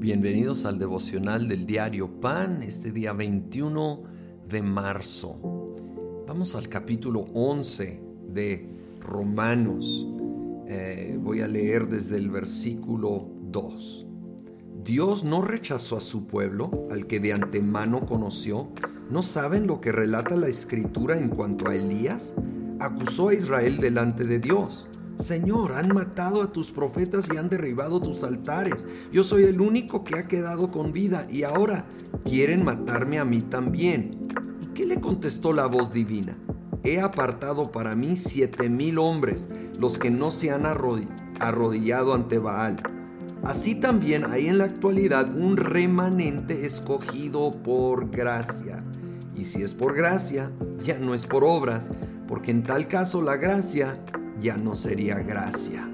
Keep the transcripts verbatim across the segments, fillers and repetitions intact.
Bienvenidos al devocional del diario Pan, este día veintiuno de marzo. Vamos al capítulo once de Romanos. Eh, voy a leer desde el versículo dos. Dios no rechazó a su pueblo, al que de antemano conoció. ¿No saben lo que relata la Escritura en cuanto a Elías? Acusó a Israel delante de Dios. Señor, han matado a tus profetas y han derribado tus altares. Yo soy el único que ha quedado con vida y ahora quieren matarme a mí también. ¿Y qué le contestó la voz divina? He apartado para mí siete mil hombres, los que no se han arrodillado ante Baal. Así también hay en la actualidad un remanente escogido por gracia. Y si es por gracia, ya no es por obras, porque en tal caso la gracia ya no sería gracia.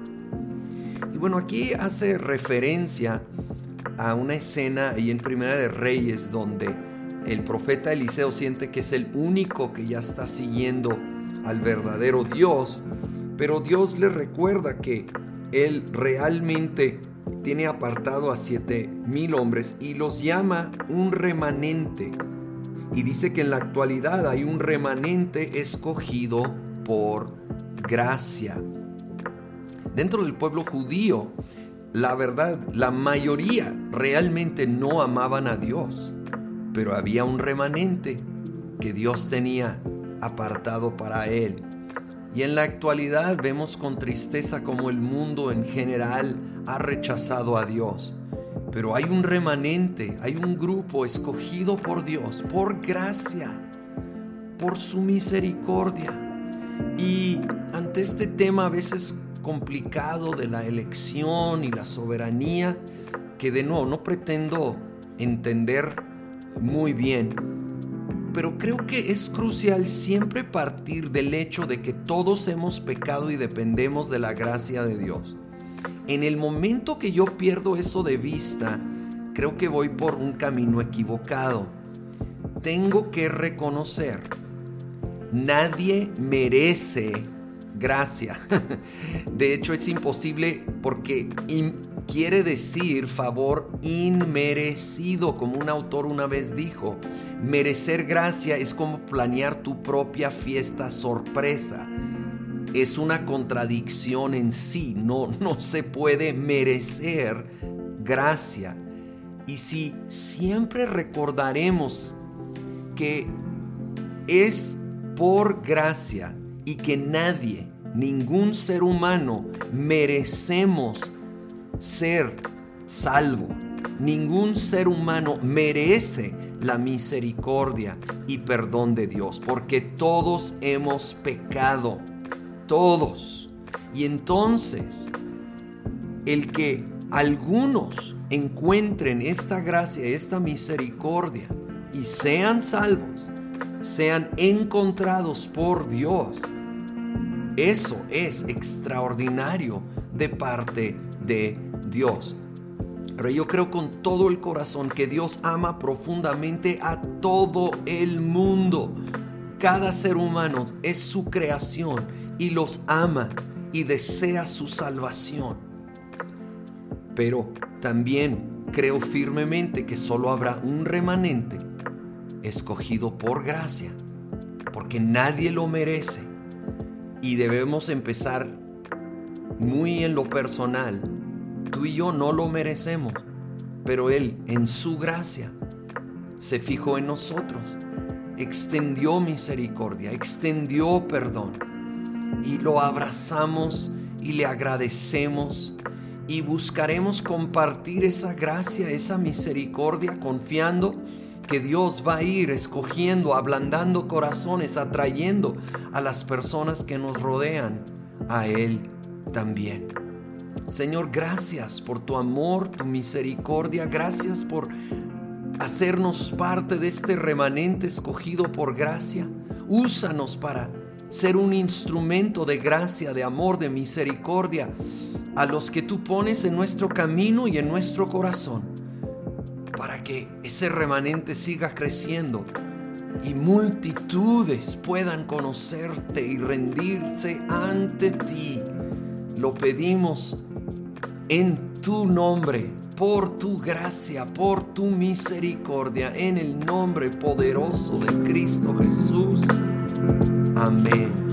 Y bueno, aquí hace referencia a una escena ahí en Primera de Reyes donde el profeta Eliseo siente que es el único que ya está siguiendo al verdadero Dios, pero Dios le recuerda que él realmente tiene apartado a siete mil hombres y los llama un remanente. Y dice que en la actualidad hay un remanente escogido por gracia. Dentro del pueblo judío, la verdad, la mayoría realmente no amaban a Dios, pero había un remanente que Dios tenía apartado para él. Y en la actualidad vemos con tristeza como el mundo en general ha rechazado a Dios. Pero hay un remanente, hay un grupo escogido por Dios, por gracia, por su misericordia. Y ante este tema a veces complicado de la elección y la soberanía, que de nuevo no pretendo entender muy bien, pero creo que es crucial siempre partir del hecho de que todos hemos pecado y dependemos de la gracia de Dios. En el momento que yo pierdo eso de vista, creo que voy por un camino equivocado. Tengo que reconocer, nadie merece gracia. De hecho, es imposible porque in, quiere decir favor inmerecido, como un autor una vez dijo. Merecer gracia es como planear tu propia fiesta sorpresa. Es una contradicción en sí. No, no se puede merecer gracia. Y si siempre recordaremos que es por gracia y que nadie, ningún ser humano merecemos ser salvo. Ningún ser humano merece la misericordia y perdón de Dios, porque todos hemos pecado, todos. Y entonces, el que algunos encuentren esta gracia, esta misericordia y sean salvos, sean encontrados por Dios, eso es extraordinario de parte de Dios. Pero yo creo con todo el corazón que Dios ama profundamente a todo el mundo. Cada ser humano es su creación y los ama y desea su salvación. Pero también creo firmemente que solo habrá un remanente escogido por gracia, porque nadie lo merece. Y debemos empezar muy en lo personal. Tú y yo no lo merecemos, pero Él en su gracia se fijó en nosotros, extendió misericordia, extendió perdón, y lo abrazamos y le agradecemos y buscaremos compartir esa gracia, esa misericordia, confiando que Dios va a ir escogiendo, ablandando corazones, atrayendo a las personas que nos rodean a Él también. Señor, gracias por tu amor, tu misericordia. Gracias por hacernos parte de este remanente escogido por gracia. Úsanos para ser un instrumento de gracia, de amor, de misericordia a los que tú pones en nuestro camino y en nuestro corazón, para que ese remanente siga creciendo y multitudes puedan conocerte y rendirse ante ti. Lo pedimos en tu nombre por tu gracia, por tu misericordia, en el nombre poderoso de Cristo Jesús. Amén.